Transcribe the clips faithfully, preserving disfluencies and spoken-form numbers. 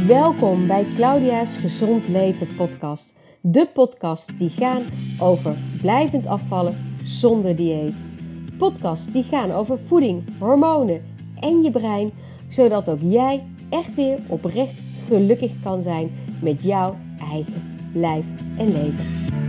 Welkom bij Claudia's Gezond Leven podcast. De podcast die gaan over blijvend afvallen zonder dieet. Podcasts die gaan over voeding, hormonen en je brein, zodat ook jij echt weer oprecht gelukkig kan zijn met jouw eigen lijf en leven.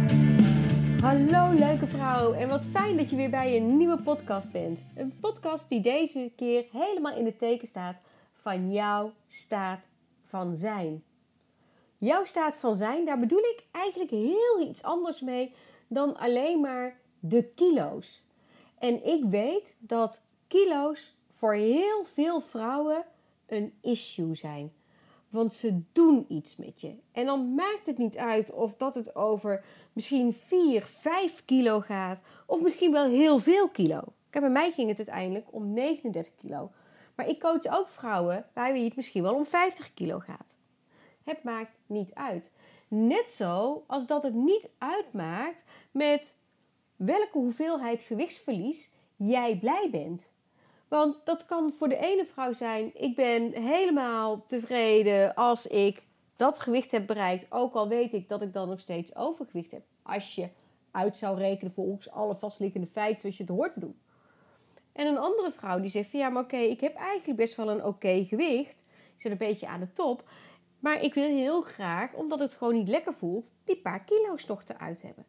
Hallo leuke vrouw en wat fijn dat je weer bij een nieuwe podcast bent. Een podcast die deze keer helemaal in het teken staat van jouw staat van zijn. Jouw staat van zijn, daar bedoel ik eigenlijk heel iets anders mee dan alleen maar de kilo's. En ik weet dat kilo's voor heel veel vrouwen een issue zijn. Want ze doen iets met je. En dan maakt het niet uit of dat het over misschien vier, vijf kilo gaat. Of misschien wel heel veel kilo. Kijk, bij mij ging het uiteindelijk om negenendertig kilo. Maar ik coach ook vrouwen bij wie het misschien wel om vijftig kilo gaat. Het maakt niet uit. Net zo als dat het niet uitmaakt met welke hoeveelheid gewichtsverlies jij blij bent. Want dat kan voor de ene vrouw zijn, ik ben helemaal tevreden als ik dat gewicht heb bereikt. Ook al weet ik dat ik dan nog steeds overgewicht heb. Als je uit zou rekenen volgens alle vastliggende feiten zoals je het hoort te doen. En een andere vrouw die zegt van ja, maar oké, ik heb eigenlijk best wel een oké gewicht. Ik zit een beetje aan de top. Maar ik wil heel graag, omdat het gewoon niet lekker voelt, die paar kilo's toch eruit hebben.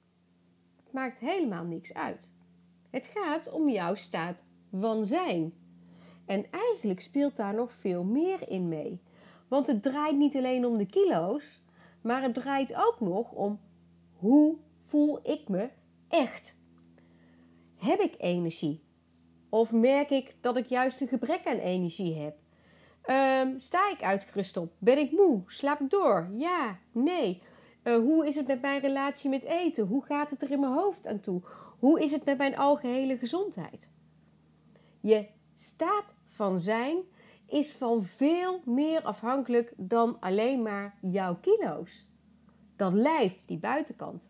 Het maakt helemaal niks uit. Het gaat om jouw staat van zijn. En eigenlijk speelt daar nog veel meer in mee. Want het draait niet alleen om de kilo's, maar het draait ook nog om hoe voel ik me echt. Heb ik energie? Of merk ik dat ik juist een gebrek aan energie heb? Um, sta ik uitgerust op? Ben ik moe? Slaap ik door? Ja, nee. Uh, hoe is het met mijn relatie met eten? Hoe gaat het er in mijn hoofd aan toe? Hoe is het met mijn algehele gezondheid? Je staat van zijn is van veel meer afhankelijk dan alleen maar jouw kilo's. Dat lijf, die buitenkant.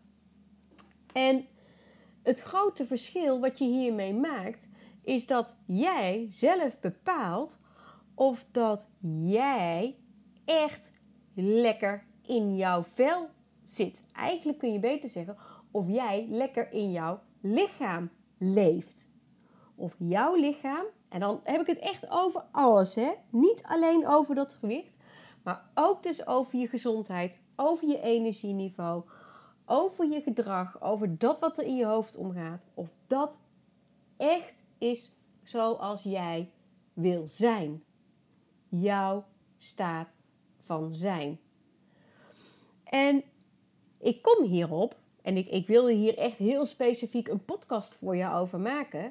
En het grote verschil wat je hiermee maakt, is dat jij zelf bepaalt of dat jij echt lekker in jouw vel zit. Eigenlijk kun je beter zeggen of jij lekker in jouw lichaam leeft. Of jouw lichaam, en dan heb ik het echt over alles, hè? Niet alleen over dat gewicht, maar ook dus over je gezondheid, over je energieniveau, over je gedrag, over dat wat er in je hoofd omgaat. Of dat echt is zoals jij wil zijn. Jouw staat van zijn. En ik kom hierop, en ik, ik wilde hier echt heel specifiek een podcast voor jou over maken,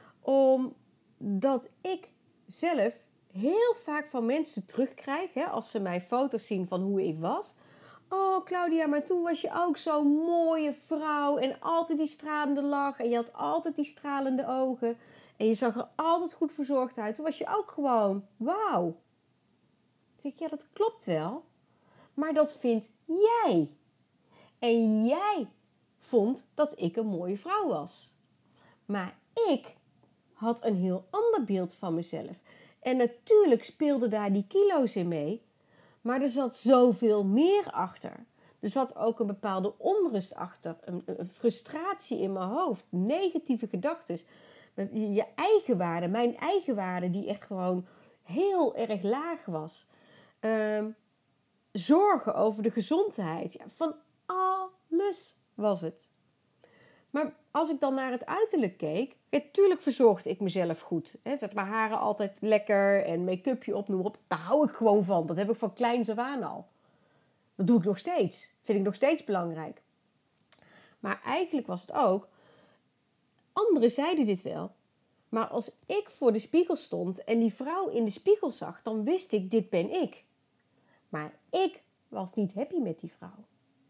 omdat ik zelf heel vaak van mensen terugkrijg, hè, als ze mij foto's zien van hoe ik was. Oh Claudia, maar toen was je ook zo'n mooie vrouw en altijd die stralende lach en je had altijd die stralende ogen en je zag er altijd goed verzorgd uit. Toen was je ook gewoon, wauw. Dan zeg ik, ja, dat klopt wel, maar dat vind jij. En jij vond dat ik een mooie vrouw was. Maar ik had een heel ander beeld van mezelf. En natuurlijk speelden daar die kilo's in mee. Maar er zat zoveel meer achter. Er zat ook een bepaalde onrust achter. Een, een frustratie in mijn hoofd. Negatieve gedachten. Je eigenwaarde. Mijn eigenwaarde die echt gewoon heel erg laag was. Um, zorgen over de gezondheid. Ja, van alles was het. Maar als ik dan naar het uiterlijk keek, natuurlijk verzorgde ik mezelf goed. He, zet mijn haren altijd lekker en make-upje op, noem maar op. Daar hou ik gewoon van. Dat heb ik van kleins af aan al. Dat doe ik nog steeds. Vind ik nog steeds belangrijk. Maar eigenlijk was het ook, anderen zeiden dit wel. Maar als ik voor de spiegel stond en die vrouw in de spiegel zag, dan wist ik, dit ben ik. Maar ik was niet happy met die vrouw.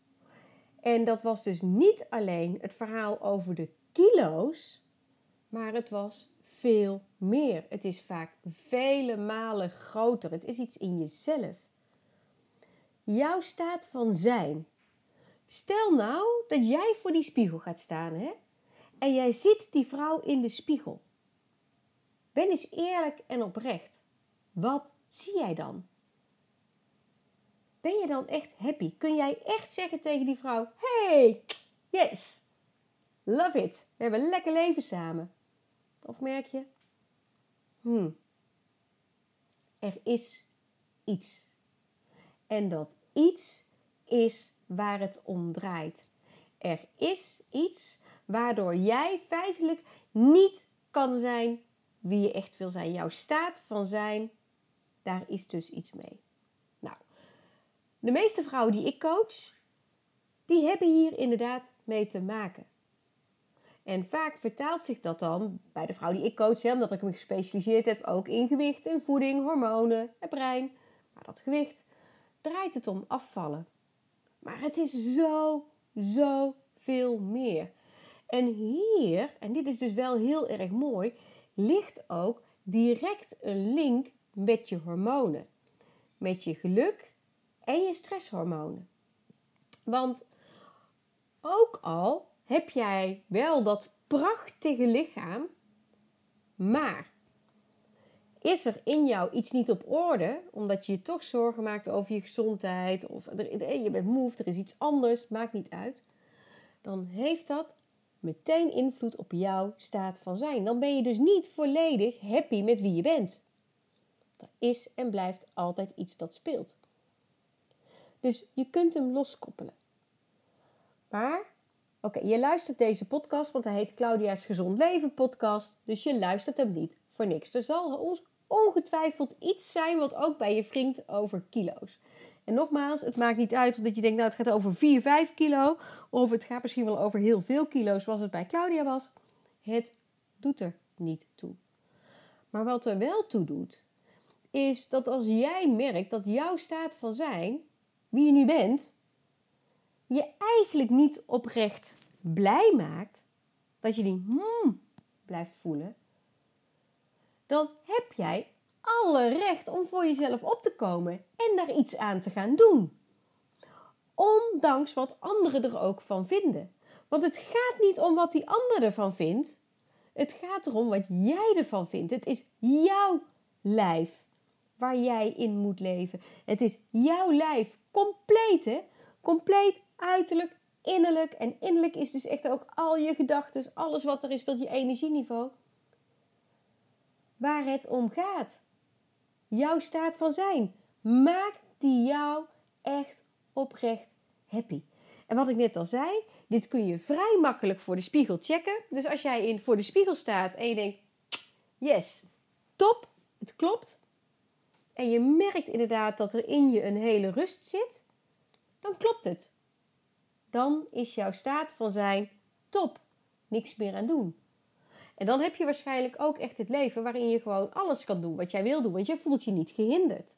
En dat was dus niet alleen het verhaal over de kilo's, maar het was veel meer. Het is vaak vele malen groter. Het is iets in jezelf. Jouw staat van zijn. Stel nou dat jij voor die spiegel gaat staan, hè? En jij ziet die vrouw in de spiegel. Ben eens eerlijk en oprecht. Wat zie jij dan? Ben je dan echt happy? Kun jij echt zeggen tegen die vrouw, hey, yes, love it. We hebben een lekker leven samen. Of merk je, hmm, er is iets. En dat iets is waar het om draait. Er is iets waardoor jij feitelijk niet kan zijn wie je echt wil zijn. Jouw staat van zijn, daar is dus iets mee. Nou, de meeste vrouwen die ik coach, die hebben hier inderdaad mee te maken. En vaak vertaalt zich dat dan bij de vrouw die ik coach, hè, omdat ik me gespecialiseerd heb ook in gewicht, in voeding, hormonen, het brein. Maar dat gewicht draait het om afvallen. Maar het is zo, zo veel meer. En hier, en dit is dus wel heel erg mooi, ligt ook direct een link met je hormonen. Met je geluk en je stresshormonen. Want ook al heb jij wel dat prachtige lichaam, maar is er in jou iets niet op orde, omdat je je toch zorgen maakt over je gezondheid, of er, je bent moe, er is iets anders, maakt niet uit, dan heeft dat meteen invloed op jouw staat van zijn. Dan ben je dus niet volledig happy met wie je bent. Er is en blijft altijd iets dat speelt. Dus je kunt hem loskoppelen. Maar, oké, okay, je luistert deze podcast, want hij heet Claudia's Gezond Leven podcast. Dus je luistert hem niet voor niks. Er zal ongetwijfeld iets zijn wat ook bij je wringt over kilo's. En nogmaals, het maakt niet uit dat je denkt, nou het gaat over vier, vijf kilo. Of het gaat misschien wel over heel veel kilo's zoals het bij Claudia was. Het doet er niet toe. Maar wat er wel toe doet, is dat als jij merkt dat jouw staat van zijn, wie je nu bent, je eigenlijk niet oprecht blij maakt, dat je die hmm blijft voelen, dan heb jij alle recht om voor jezelf op te komen en daar iets aan te gaan doen. Ondanks wat anderen er ook van vinden. Want het gaat niet om wat die ander ervan vindt. Het gaat erom wat jij ervan vindt. Het is jouw lijf waar jij in moet leven. Het is jouw lijf. Compleet, hè? Compleet uiterlijk, innerlijk. En innerlijk is dus echt ook al je gedachten, alles wat er is, speelt je energieniveau. Waar het om gaat. Jouw staat van zijn. Maakt die jou echt oprecht happy. En wat ik net al zei, dit kun je vrij makkelijk voor de spiegel checken. Dus als jij in, voor de spiegel staat en je denkt, yes, top, het klopt. En je merkt inderdaad dat er in je een hele rust zit, dan klopt het. Dan is jouw staat van zijn top. Niks meer aan doen. En dan heb je waarschijnlijk ook echt het leven waarin je gewoon alles kan doen wat jij wil doen. Want je voelt je niet gehinderd.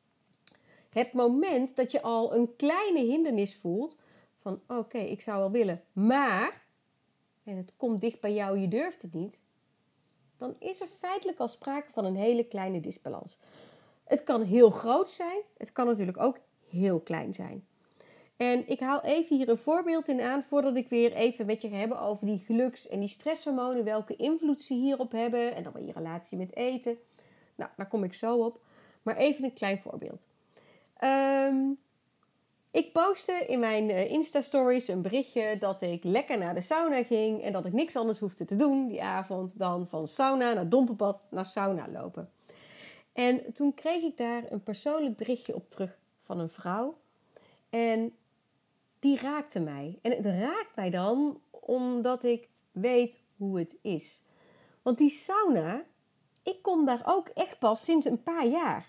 Het moment dat je al een kleine hindernis voelt van oké, okay, ik zou wel willen, maar, en het komt dicht bij jou, je durft het niet, dan is er feitelijk al sprake van een hele kleine disbalans. Het kan heel groot zijn, het kan natuurlijk ook heel klein zijn. En ik haal even hier een voorbeeld in aan voordat ik weer even met je ga hebben over die geluks- en die stresshormonen, welke invloed ze hierop hebben en dan weer je relatie met eten. Nou, daar kom ik zo op. Maar even een klein voorbeeld. Um, ik postte in mijn uh, Insta-stories een berichtje dat ik lekker naar de sauna ging en dat ik niks anders hoefde te doen die avond dan van sauna naar Dompenpad naar sauna lopen. En toen kreeg ik daar een persoonlijk berichtje op terug van een vrouw en die raakte mij. En het raakt mij dan omdat ik weet hoe het is. Want die sauna, ik kom daar ook echt pas sinds een paar jaar.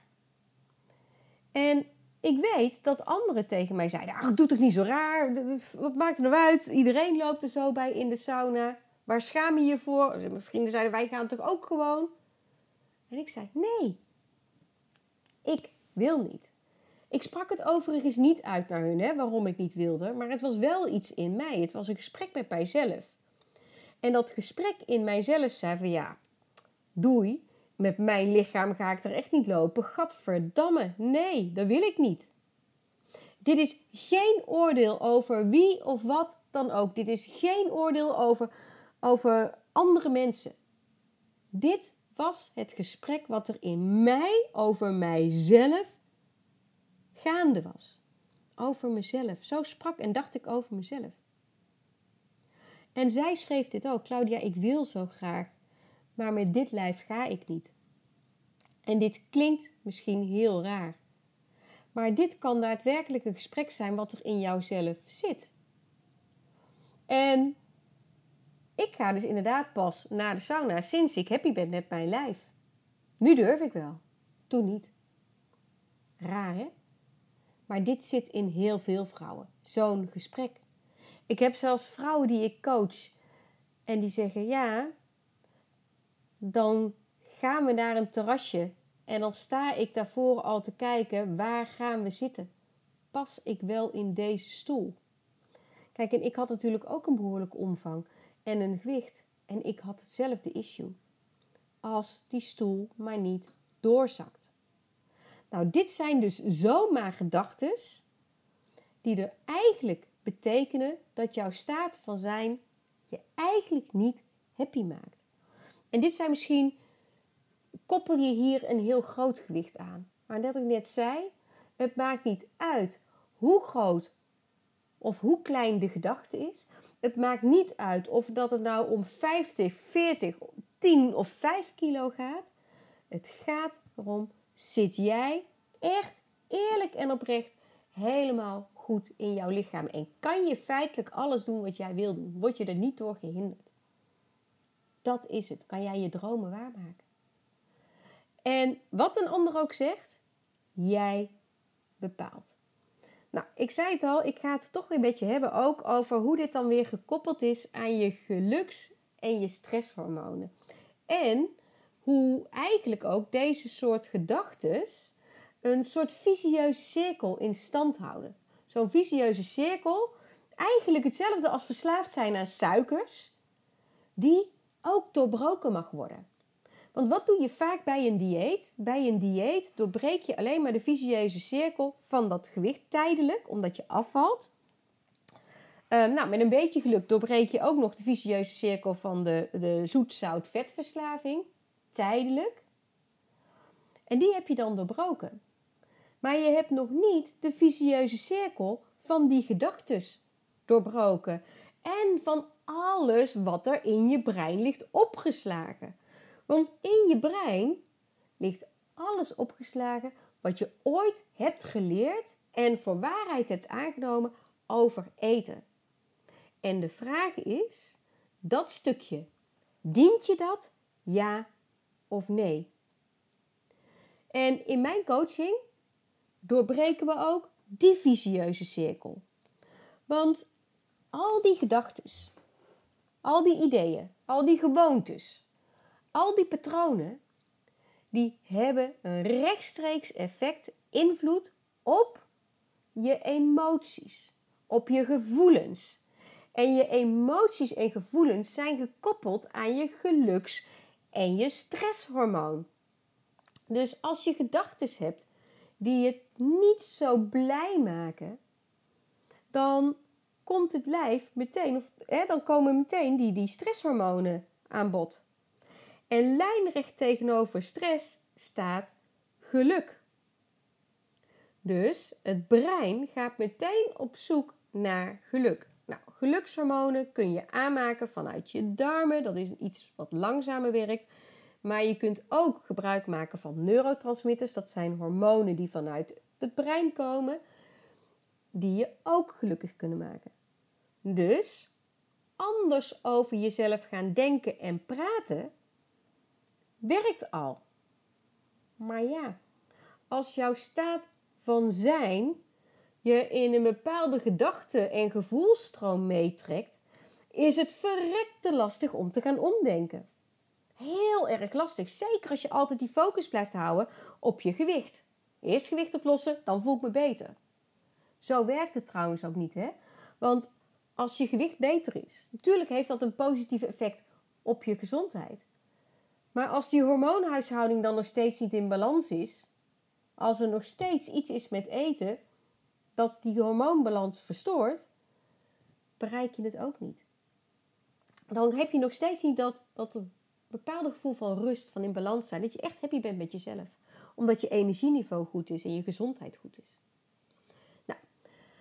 En ik weet dat anderen tegen mij zeiden, ach, doe toch niet zo raar. Wat maakt er nou uit? Iedereen loopt er zo bij in de sauna. Waar schaam je je voor? Mijn vrienden zeiden, wij gaan toch ook gewoon? En ik zei, nee. Ik wil niet. Ik sprak het overigens niet uit naar hun, hè, waarom ik niet wilde. Maar het was wel iets in mij. Het was een gesprek met mijzelf. En dat gesprek in mijzelf zei van ja, doei. Met mijn lichaam ga ik er echt niet lopen. Gadverdamme, nee, dat wil ik niet. Dit is geen oordeel over wie of wat dan ook. Dit is geen oordeel over, over andere mensen. Dit was het gesprek wat er in mij over mijzelf gaande was. over mezelf. Zo sprak en dacht ik over mezelf. En zij schreef dit ook. Claudia, ik wil zo graag, maar met dit lijf ga ik niet. En dit klinkt misschien heel raar. Maar dit kan daadwerkelijk een gesprek zijn wat er in jouzelf zit. En ik ga dus inderdaad pas naar de sauna sinds ik happy ben met mijn lijf. Nu durf ik wel. Toen niet. Raar, hè? Maar dit zit in heel veel vrouwen. Zo'n gesprek. Ik heb zelfs vrouwen die ik coach. En die zeggen, ja, dan gaan we naar een terrasje. En dan sta ik daarvoor al te kijken, waar gaan we zitten? Pas ik wel in deze stoel? Kijk, en ik had natuurlijk ook een behoorlijke omvang en een gewicht. En ik had hetzelfde issue. Als die stoel maar niet doorzakt. Nou, dit zijn dus zomaar gedachtes die er eigenlijk betekenen dat jouw staat van zijn je eigenlijk niet happy maakt. En dit zijn misschien, koppel je hier een heel groot gewicht aan. Maar net ik net zei, het maakt niet uit hoe groot of hoe klein de gedachte is. Het maakt niet uit of dat het nou om vijftig, veertig, tien of vijf kilo gaat. Het gaat erom, zit jij echt eerlijk en oprecht helemaal goed in jouw lichaam. En kan je feitelijk alles doen wat jij wil doen? Word je er niet door gehinderd? Dat is het. Kan jij je dromen waarmaken? En wat een ander ook zegt, jij bepaalt. Nou, ik zei het al, ik ga het toch weer een beetje hebben ook over hoe dit dan weer gekoppeld is aan je geluks- en je stresshormonen. En hoe eigenlijk ook deze soort gedachtes een soort visieuze cirkel in stand houden. Zo'n visieuze cirkel, eigenlijk hetzelfde als verslaafd zijn aan suikers, die ook doorbroken mag worden. Want wat doe je vaak bij een dieet? Bij een dieet doorbreek je alleen maar de visieuze cirkel van dat gewicht tijdelijk, omdat je afvalt. Uh, nou, met een beetje geluk doorbreek je ook nog de visieuze cirkel van de, de zoet-zout-vetverslaving, tijdelijk. En die heb je dan doorbroken. Maar je hebt nog niet de visieuze cirkel van die gedachtes doorbroken. En van alles wat er in je brein ligt opgeslagen. Want in je brein ligt alles opgeslagen wat je ooit hebt geleerd en voor waarheid hebt aangenomen over eten. En de vraag is, dat stukje, dient je dat? Ja of nee? En in mijn coaching doorbreken we ook die visieuze cirkel. Want al die gedachtes, al die ideeën, al die gewoontes, al die patronen, die hebben een rechtstreeks effect, invloed op je emoties, op je gevoelens. En je emoties en gevoelens zijn gekoppeld aan je geluks- en je stresshormoon. Dus als je gedachtes hebt die je niet zo blij maken, dan komt het lijf meteen, of hè, dan komen meteen die, die stresshormonen aan bod. En lijnrecht tegenover stress staat geluk. Dus het brein gaat meteen op zoek naar geluk. Nou, gelukshormonen kun je aanmaken vanuit je darmen. Dat is iets wat langzamer werkt. Maar je kunt ook gebruik maken van neurotransmitters. Dat zijn hormonen die vanuit het brein komen, die je ook gelukkig kunnen maken. Dus anders over jezelf gaan denken en praten werkt al. Maar ja, als jouw staat van zijn je in een bepaalde gedachte- en gevoelsstroom meetrekt, is het verrekte lastig om te gaan omdenken. Heel erg lastig, zeker als je altijd die focus blijft houden op je gewicht. Eerst gewicht oplossen, dan voel ik me beter. Zo werkt het trouwens ook niet, hè? Want als je gewicht beter is, natuurlijk heeft dat een positief effect op je gezondheid. Maar als die hormoonhuishouding dan nog steeds niet in balans is, als er nog steeds iets is met eten dat die hormoonbalans verstoort, bereik je het ook niet. Dan heb je nog steeds niet dat, dat bepaalde gevoel van rust, van in balans zijn, dat je echt happy bent met jezelf. Omdat je energieniveau goed is en je gezondheid goed is. Nou,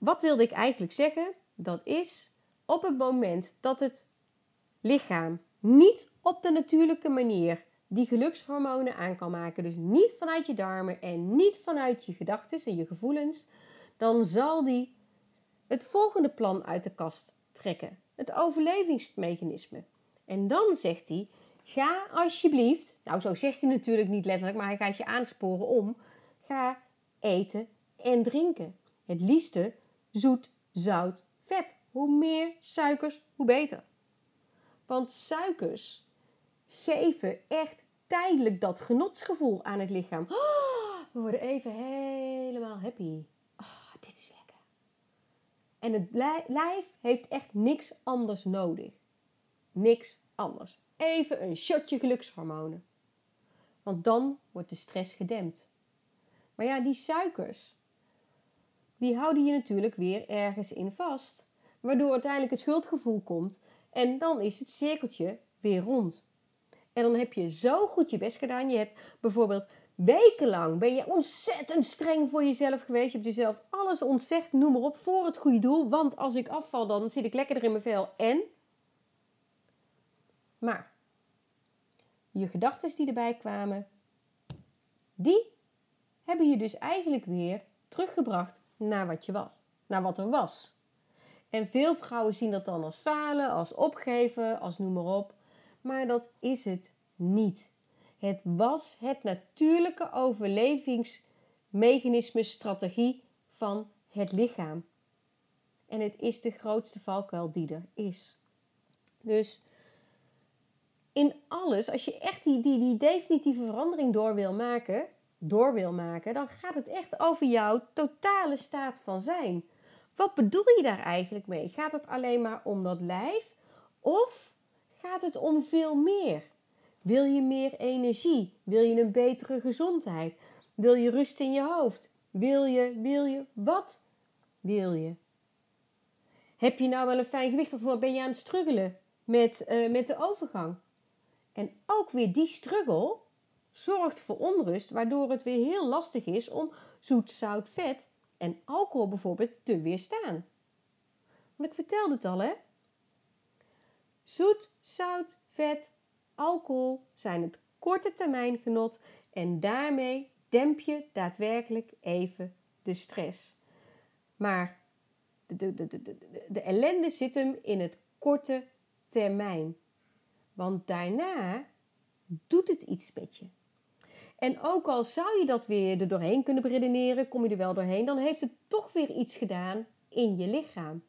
Wat wilde ik eigenlijk zeggen? Dat is op het moment dat het lichaam niet op de natuurlijke manier die gelukshormonen aan kan maken, dus niet vanuit je darmen en niet vanuit je gedachten en je gevoelens, dan zal die het volgende plan uit de kast trekken. Het overlevingsmechanisme. En dan zegt hij, ga alsjeblieft, nou zo zegt hij natuurlijk niet letterlijk, maar hij gaat je aansporen om, ga eten en drinken. Het liefste zoet, zout, vet. Hoe meer suikers, hoe beter. Want suikers geven echt tijdelijk dat genotsgevoel aan het lichaam. Oh, we worden even helemaal happy. Oh, dit is lekker. En het lijf heeft echt niks anders nodig. Niks anders. Even een shotje gelukshormonen. Want dan wordt de stress gedempt. Maar ja, die suikers, die houden je natuurlijk weer ergens in vast. Waardoor uiteindelijk het schuldgevoel komt. En dan is het cirkeltje weer rond. En dan heb je zo goed je best gedaan. Je hebt bijvoorbeeld wekenlang ben je ontzettend streng voor jezelf geweest. Je hebt jezelf alles ontzegd, noem maar op, voor het goede doel. Want als ik afval, dan zit ik lekkerder in mijn vel. En? Maar je gedachten die erbij kwamen, die hebben je dus eigenlijk weer teruggebracht naar wat je was. Naar wat er was. En veel vrouwen zien dat dan als falen, als opgeven, als noem maar op. Maar dat is het niet. Het was het natuurlijke overlevingsmechanisme, strategie van het lichaam. En het is de grootste valkuil die er is. Dus in alles, als je echt die, die, die definitieve verandering door wil maken, door wil maken, dan gaat het echt over jouw totale staat van zijn. Wat bedoel je daar eigenlijk mee? Gaat het alleen maar om dat lijf? Of gaat het om veel meer? Wil je meer energie? Wil je een betere gezondheid? Wil je rust in je hoofd? Wil je, wil je, wat wil je? Heb je nou wel een fijn gewicht of ben je aan het struggelen met, uh, met de overgang? En ook weer die struggle zorgt voor onrust, waardoor het weer heel lastig is om zoet, zout, vet en alcohol bijvoorbeeld te weerstaan. Want ik vertelde het al, hè? Zoet, zout, vet, alcohol zijn het korte termijn genot en daarmee demp je daadwerkelijk even de stress. Maar de, de, de, de, de, de ellende zit hem in het korte termijn. Want daarna doet het iets met je. En ook al zou je dat weer er doorheen kunnen beredeneren, kom je er wel doorheen, dan heeft het toch weer iets gedaan in je lichaam.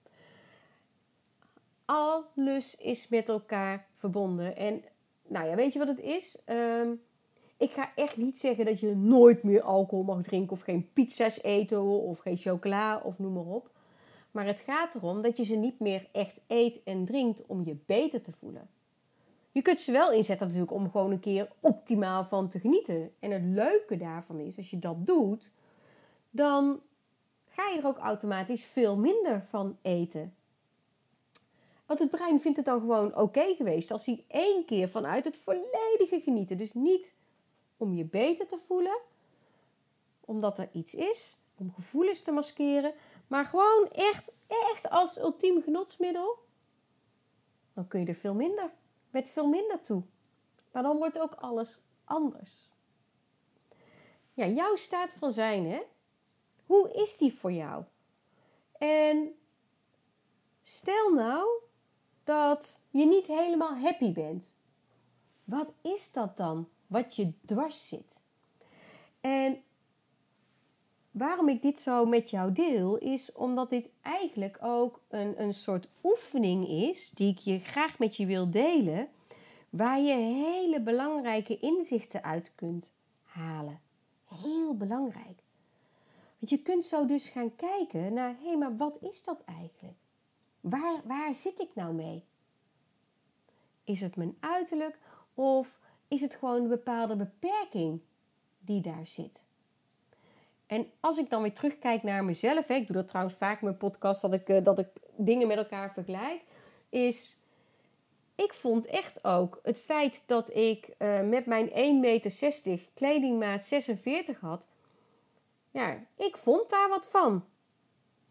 Alles is met elkaar verbonden. En nou ja, weet je wat het is? Um, ik ga echt niet zeggen dat je nooit meer alcohol mag drinken of geen pizza's eten of geen chocola of noem maar op. Maar het gaat erom dat je ze niet meer echt eet en drinkt om je beter te voelen. Je kunt ze wel inzetten natuurlijk om gewoon een keer optimaal van te genieten. En het leuke daarvan is, als je dat doet, dan ga je er ook automatisch veel minder van eten. Want het brein vindt het dan gewoon oké okay geweest als hij één keer vanuit het volledige genieten. Dus niet om je beter te voelen, omdat er iets is, om gevoelens te maskeren, maar gewoon echt, echt als ultiem genotsmiddel. Dan kun je er veel minder, met veel minder toe. Maar dan wordt ook alles anders. Ja, jouw staat van zijn, hè? Hoe is die voor jou? En stel nou dat je niet helemaal happy bent. Wat is dat dan wat je dwars zit? En waarom ik dit zo met jou deel, is omdat dit eigenlijk ook een, een soort oefening is die ik je graag met je wil delen, waar je hele belangrijke inzichten uit kunt halen. Heel belangrijk. Want je kunt zo dus gaan kijken naar, hé, hey, maar wat is dat eigenlijk? Waar, waar zit ik nou mee? Is het mijn uiterlijk of is het gewoon een bepaalde beperking die daar zit? En als ik dan weer terugkijk naar mezelf, hè, ik doe dat trouwens vaak in mijn podcast, dat ik, dat ik dingen met elkaar vergelijk, is, ik vond echt ook het feit dat ik uh, met mijn één meter zestig kledingmaat zesenveertig had, ja, ik vond daar wat van.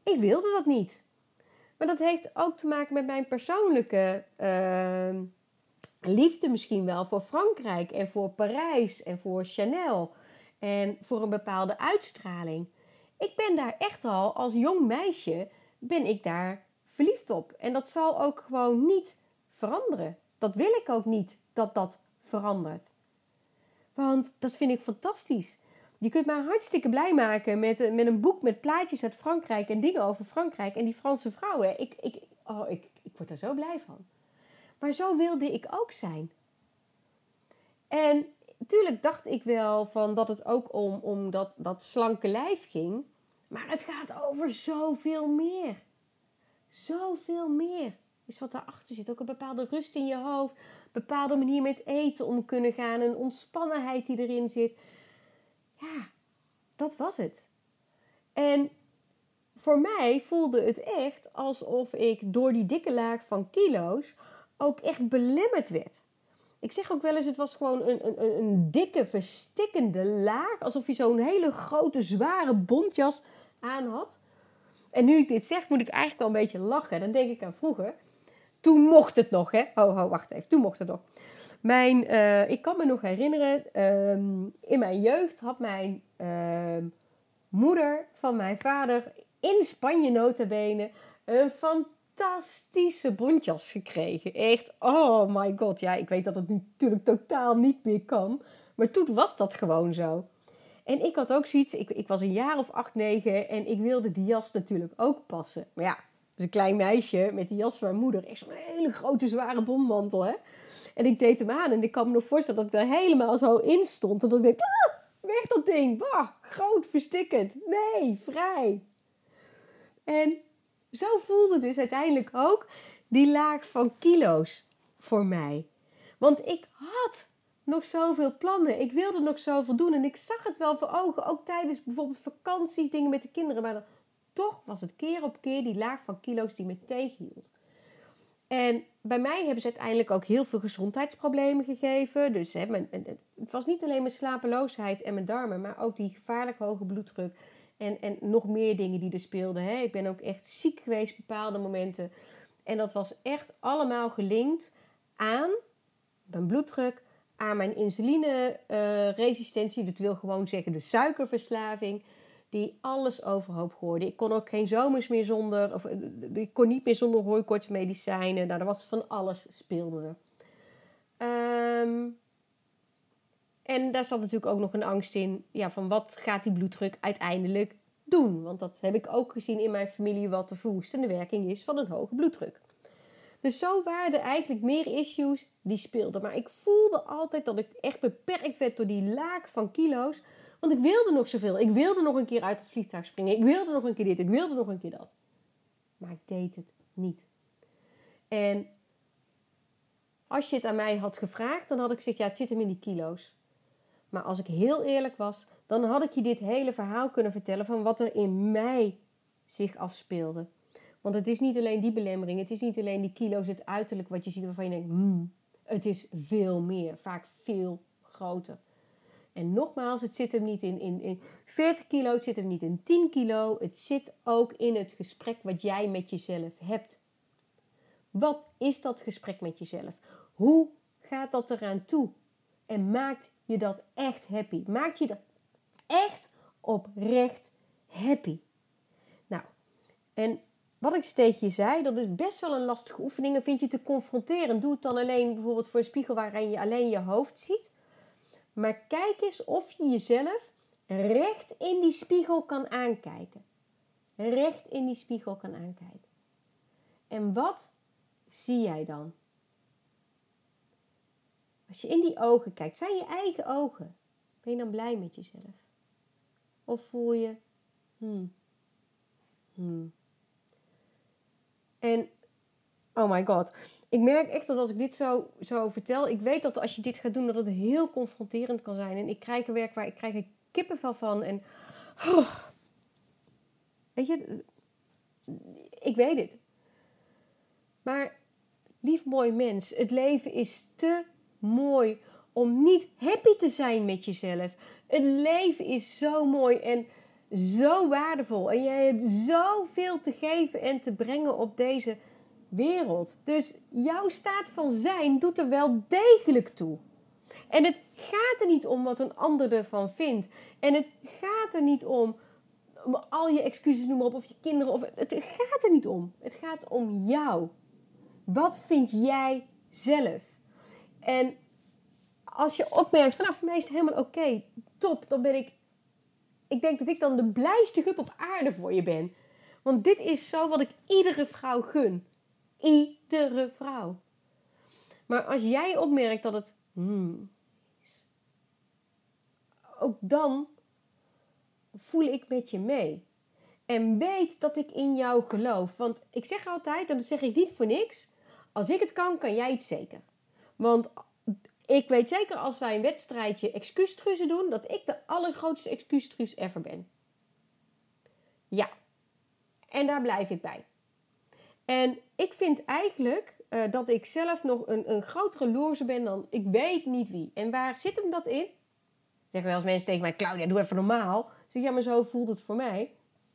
ik wilde dat niet. Maar dat heeft ook te maken met mijn persoonlijke uh, liefde misschien wel voor Frankrijk en voor Parijs en voor Chanel en voor een bepaalde uitstraling. Ik ben daar echt al als jong meisje ben ik daar verliefd op. En dat zal ook gewoon niet veranderen. Dat wil ik ook niet dat dat verandert. Want dat vind ik fantastisch. Je kunt mij hartstikke blij maken met, met een boek met plaatjes uit Frankrijk en dingen over Frankrijk en die Franse vrouwen. Ik, ik, oh, ik, ik word daar zo blij van. Maar zo wilde ik ook zijn. En natuurlijk dacht ik wel van dat het ook om, om dat, dat slanke lijf ging. Maar het gaat over zoveel meer. Zoveel meer is wat daarachter zit. Ook een bepaalde rust in je hoofd. Een bepaalde manier met eten om kunnen gaan. Een ontspannenheid die erin zit. Ja, dat was het. En voor mij voelde het echt alsof ik door die dikke laag van kilo's ook echt belemmerd werd. Ik zeg ook wel eens, het was gewoon een, een, een dikke, verstikkende laag. Alsof je zo'n hele grote, zware bontjas aan had. En nu ik dit zeg, moet ik eigenlijk wel een beetje lachen. Dan denk ik aan vroeger. Toen mocht het nog, hè. Oh, oh wacht even. Toen mocht het nog. Mijn, uh, ik kan me nog herinneren, um, in mijn jeugd had mijn uh, moeder van mijn vader in Spanje nota bene een fantastische bontjas gekregen. Echt, oh my god. Ja, ik weet dat het nu natuurlijk totaal niet meer kan. Maar toen was dat gewoon zo. En ik had ook zoiets, ik, ik was een jaar of acht, negen en ik wilde die jas natuurlijk ook passen. Maar ja, dus een klein meisje met die jas van mijn moeder. Echt zo'n hele grote, zware bontmantel, hè. En ik deed hem aan en ik kan me nog voorstellen dat ik daar helemaal zo in stond. En dat ik dacht, ah, weg dat ding. Bah, groot, verstikkend. Nee, vrij. En zo voelde dus uiteindelijk ook die laag van kilo's voor mij. Want ik had nog zoveel plannen. Ik wilde nog zoveel doen. En ik zag het wel voor ogen. Ook tijdens bijvoorbeeld vakanties, dingen met de kinderen. Maar dan, toch was het keer op keer die laag van kilo's die me tegenhield. En bij mij hebben ze uiteindelijk ook heel veel gezondheidsproblemen gegeven. Dus hè, mijn, het was niet alleen mijn slapeloosheid en mijn darmen. Maar ook die gevaarlijk hoge bloeddruk. En, en nog meer dingen die er speelden. Hè. Ik ben ook echt ziek geweest op bepaalde momenten. En dat was echt allemaal gelinkt aan mijn bloeddruk, aan mijn insulineresistentie. Uh, dat wil gewoon zeggen de suikerverslaving. Die alles overhoop gooide. Ik kon ook geen zomers meer zonder, of ik kon niet meer zonder hooikoortsmedicijnen. Nou, er was van alles speelde er. Um, en daar zat natuurlijk ook nog een angst in. Ja, van wat gaat die bloeddruk uiteindelijk doen? Want dat heb ik ook gezien in mijn familie, wat de verwoestende werking is van een hoge bloeddruk. Dus zo waren er eigenlijk meer issues die speelden. Maar ik voelde altijd dat ik echt beperkt werd door die laag van kilo's. Want ik wilde nog zoveel. Ik wilde nog een keer uit het vliegtuig springen. Ik wilde nog een keer dit. Ik wilde nog een keer dat. Maar ik deed het niet. En als je het aan mij had gevraagd, dan had ik gezegd, ja, het zit hem in die kilo's. Maar als ik heel eerlijk was, dan had ik je dit hele verhaal kunnen vertellen van wat er in mij zich afspeelde. Want het is niet alleen die belemmering, het is niet alleen die kilo's, het uiterlijk wat je ziet waarvan je denkt, hmm, het is veel meer, vaak veel groter. En nogmaals, het zit hem niet in, in, in veertig kilo, het zit hem niet in tien kilo, het zit ook in het gesprek wat jij met jezelf hebt. Wat is dat gesprek met jezelf? Hoe gaat dat eraan toe? En maakt je dat echt happy? Maakt je dat echt oprecht happy? Nou, en wat ik steeds je zei, dat is best wel een lastige oefening. En vind je te confronterend. Doe het dan alleen bijvoorbeeld voor een spiegel waarin je alleen je hoofd ziet. Maar kijk eens of je jezelf recht in die spiegel kan aankijken. Recht in die spiegel kan aankijken. En wat zie jij dan? Als je in die ogen kijkt, zijn je eigen ogen. Ben je dan blij met jezelf? Of voel je, hmm, hmm. En, oh my god, ik merk echt dat als ik dit zo, zo vertel, ik weet dat als je dit gaat doen, dat het heel confronterend kan zijn. En ik krijg er werk waar ik krijg er kippenvel van. En, oh, weet je, ik weet het. Maar, lief mooi mens, het leven is te mooi om niet happy te zijn met jezelf. Het leven is zo mooi en zo waardevol. En jij hebt zoveel te geven en te brengen op deze wereld. Dus jouw staat van zijn doet er wel degelijk toe. En het gaat er niet om wat een ander ervan vindt. En het gaat er niet om, om al je excuses noem maar op, of je kinderen. Of, het gaat er niet om. Het gaat om jou. Wat vind jij zelf? En als je opmerkt, vanaf mij is het helemaal oké, okay, top, dan ben ik... Ik denk dat ik dan de blijste gup op aarde voor je ben. Want dit is zo wat ik iedere vrouw gun. Iedere vrouw. Maar als jij opmerkt dat het... Hmm, ook dan voel ik met je mee. En weet dat ik in jou geloof. Want ik zeg altijd, en dat zeg ik niet voor niks... Als ik het kan, kan jij het zeker. Want ik weet zeker als wij een wedstrijdje excuustruzen doen... dat ik de allergrootste excuustrus ever ben. Ja. En daar blijf ik bij. En ik vind eigenlijk uh, dat ik zelf nog een, een grotere loerse ben dan ik weet niet wie. En waar zit hem dat in? Zeggen wel eens mensen tegen mij... Claudia, doe even normaal. Ik zeg, ja, maar zo voelt het voor mij.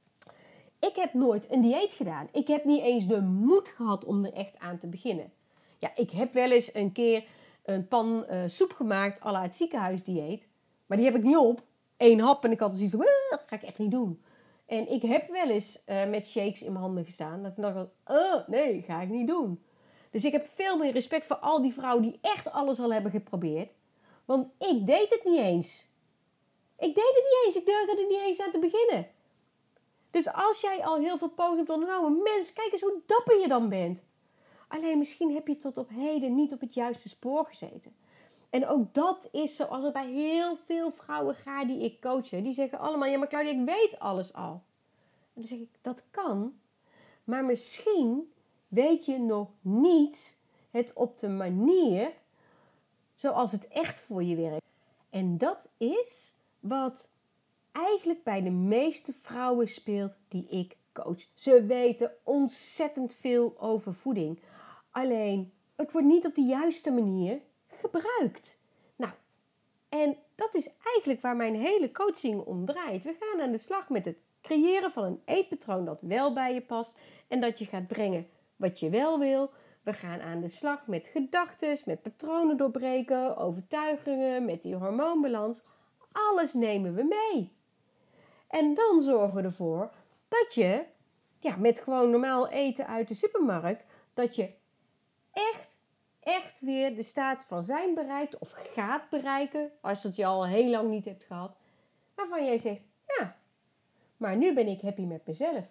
Ik heb nooit een dieet gedaan. Ik heb niet eens de moed gehad om er echt aan te beginnen. Ja, ik heb wel eens een keer een pan uh, soep gemaakt à la het ziekenhuisdieet. Maar die heb ik niet op. Eén hap en ik had dus iets van, dat ga ik echt niet doen. En ik heb wel eens uh, met shakes in mijn handen gestaan. Dat ik dacht, oh, nee, ga ik niet doen. Dus ik heb veel meer respect voor al die vrouwen die echt alles al hebben geprobeerd. Want ik deed het niet eens. Ik deed het niet eens. Ik durfde er niet eens aan te beginnen. Dus als jij al heel veel pogingen hebt ondernomen, mens, kijk eens hoe dapper je dan bent. Alleen misschien heb je tot op heden niet op het juiste spoor gezeten. En ook dat is zoals het bij heel veel vrouwen gaat die ik coachen. Die zeggen allemaal, ja maar Claudia, ik weet alles al. En dan zeg ik, dat kan. Maar misschien weet je nog niet het op de manier zoals het echt voor je werkt. En dat is wat eigenlijk bij de meeste vrouwen speelt die ik coach. Ze weten ontzettend veel over voeding. Alleen, het wordt niet op de juiste manier gebruikt. Nou, en dat is eigenlijk waar mijn hele coaching om draait. We gaan aan de slag met het creëren van een eetpatroon dat wel bij je past. En dat je gaat brengen wat je wel wil. We gaan aan de slag met gedachten, met patronen doorbreken, overtuigingen, met die hormoonbalans. Alles nemen we mee. En dan zorgen we ervoor dat je, ja, met gewoon normaal eten uit de supermarkt, dat je echt, echt weer de staat van zijn bereikt of gaat bereiken, als dat je al heel lang niet hebt gehad, waarvan jij zegt, ja, maar nu ben ik happy met mezelf.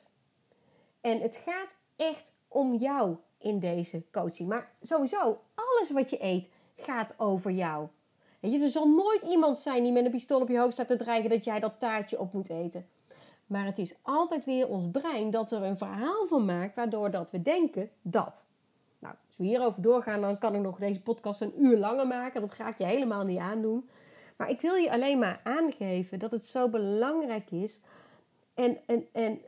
En het gaat echt om jou in deze coaching. Maar sowieso, alles wat je eet gaat over jou. Weet je, er zal nooit iemand zijn die met een pistool op je hoofd staat te dreigen dat jij dat taartje op moet eten. Maar het is altijd weer ons brein dat er een verhaal van maakt, waardoor dat we denken dat. Nou, als we hierover doorgaan, dan kan ik nog deze podcast een uur langer maken. Dat ga ik je helemaal niet aandoen. Maar ik wil je alleen maar aangeven dat het zo belangrijk is. En, en, en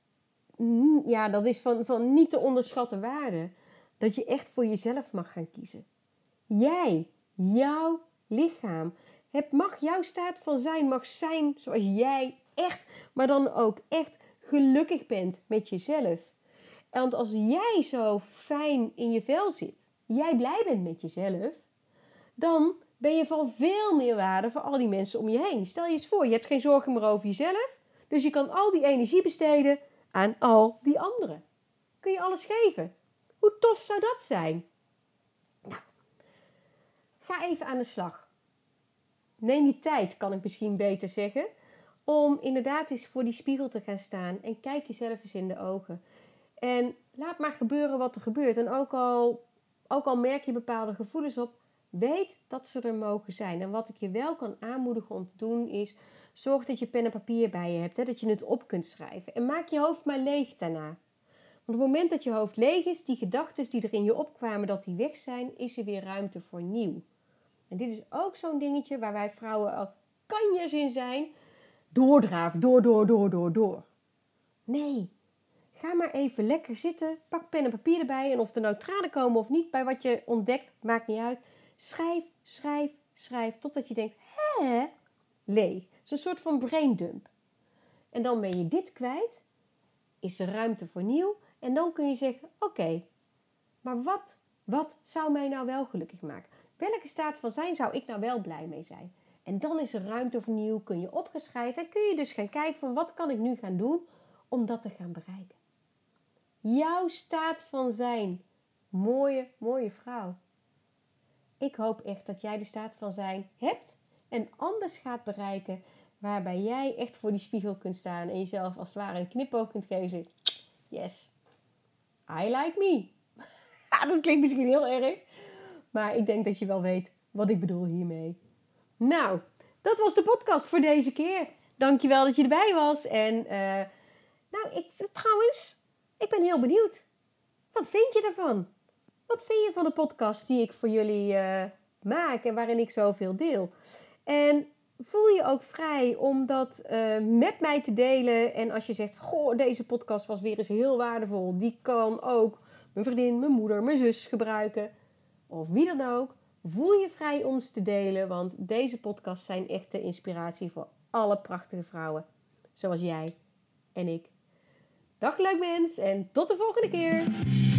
ja, dat is van, van niet te onderschatten waarde. Dat je echt voor jezelf mag gaan kiezen. Jij, jouw lichaam. Het mag jouw staat van zijn, mag zijn zoals jij echt, maar dan ook echt gelukkig bent met jezelf. Want als jij zo fijn in je vel zit, jij blij bent met jezelf, dan ben je van veel meer waarde voor al die mensen om je heen. Stel je eens voor, je hebt geen zorgen meer over jezelf, dus je kan al die energie besteden aan al die anderen. Kun je alles geven. Hoe tof zou dat zijn? Nou, ga even aan de slag. Neem je tijd, kan ik misschien beter zeggen, om inderdaad eens voor die spiegel te gaan staan en kijk jezelf eens in de ogen. En laat maar gebeuren wat er gebeurt. En ook al, ook al merk je bepaalde gevoelens op, weet dat ze er mogen zijn. En wat ik je wel kan aanmoedigen om te doen is, zorg dat je pen en papier bij je hebt. Hè, dat je het op kunt schrijven. En maak je hoofd maar leeg daarna. Want op het moment dat je hoofd leeg is, die gedachten die er in je opkwamen, dat die weg zijn, is er weer ruimte voor nieuw. En dit is ook zo'n dingetje waar wij vrouwen al kanjers in zijn. Doordraaf, door, door, door, door, door. Nee. Ga maar even lekker zitten, pak pen en papier erbij en of er nou tranen komen of niet bij wat je ontdekt, maakt niet uit. Schrijf, schrijf, schrijf, totdat je denkt, hè, leeg. Het is een soort van braindump. en dan ben je dit kwijt, is er ruimte voor nieuw. En dan kun je zeggen, oké, okay, maar wat, wat zou mij nou wel gelukkig maken? Welke staat van zijn zou ik nou wel blij mee zijn? En dan is er ruimte voor nieuw, kun je opgeschrijven en kun je dus gaan kijken van wat kan ik nu gaan doen om dat te gaan bereiken. Jouw staat van zijn, mooie, mooie vrouw. Ik hoop echt dat jij de staat van zijn hebt en anders gaat bereiken, waarbij jij echt voor die spiegel kunt staan en jezelf als het ware een knipoog kunt geven. Yes, I like me. Dat klinkt misschien heel erg, maar ik denk dat je wel weet wat ik bedoel hiermee. Nou, dat was de podcast voor deze keer. Dankjewel dat je erbij was. En uh, nou, ik, trouwens, ik ben heel benieuwd. Wat vind je ervan? Wat vind je van de podcast die ik voor jullie uh, maak en waarin ik zoveel deel? En voel je ook vrij om dat uh, met mij te delen. En als je zegt, goh, deze podcast was weer eens heel waardevol. Die kan ook mijn vriendin, mijn moeder, mijn zus gebruiken. Of wie dan ook. Voel je vrij om ze te delen. Want deze podcasts zijn echte inspiratie voor alle prachtige vrouwen. Zoals jij en ik. Dag leuk mens en tot de volgende keer.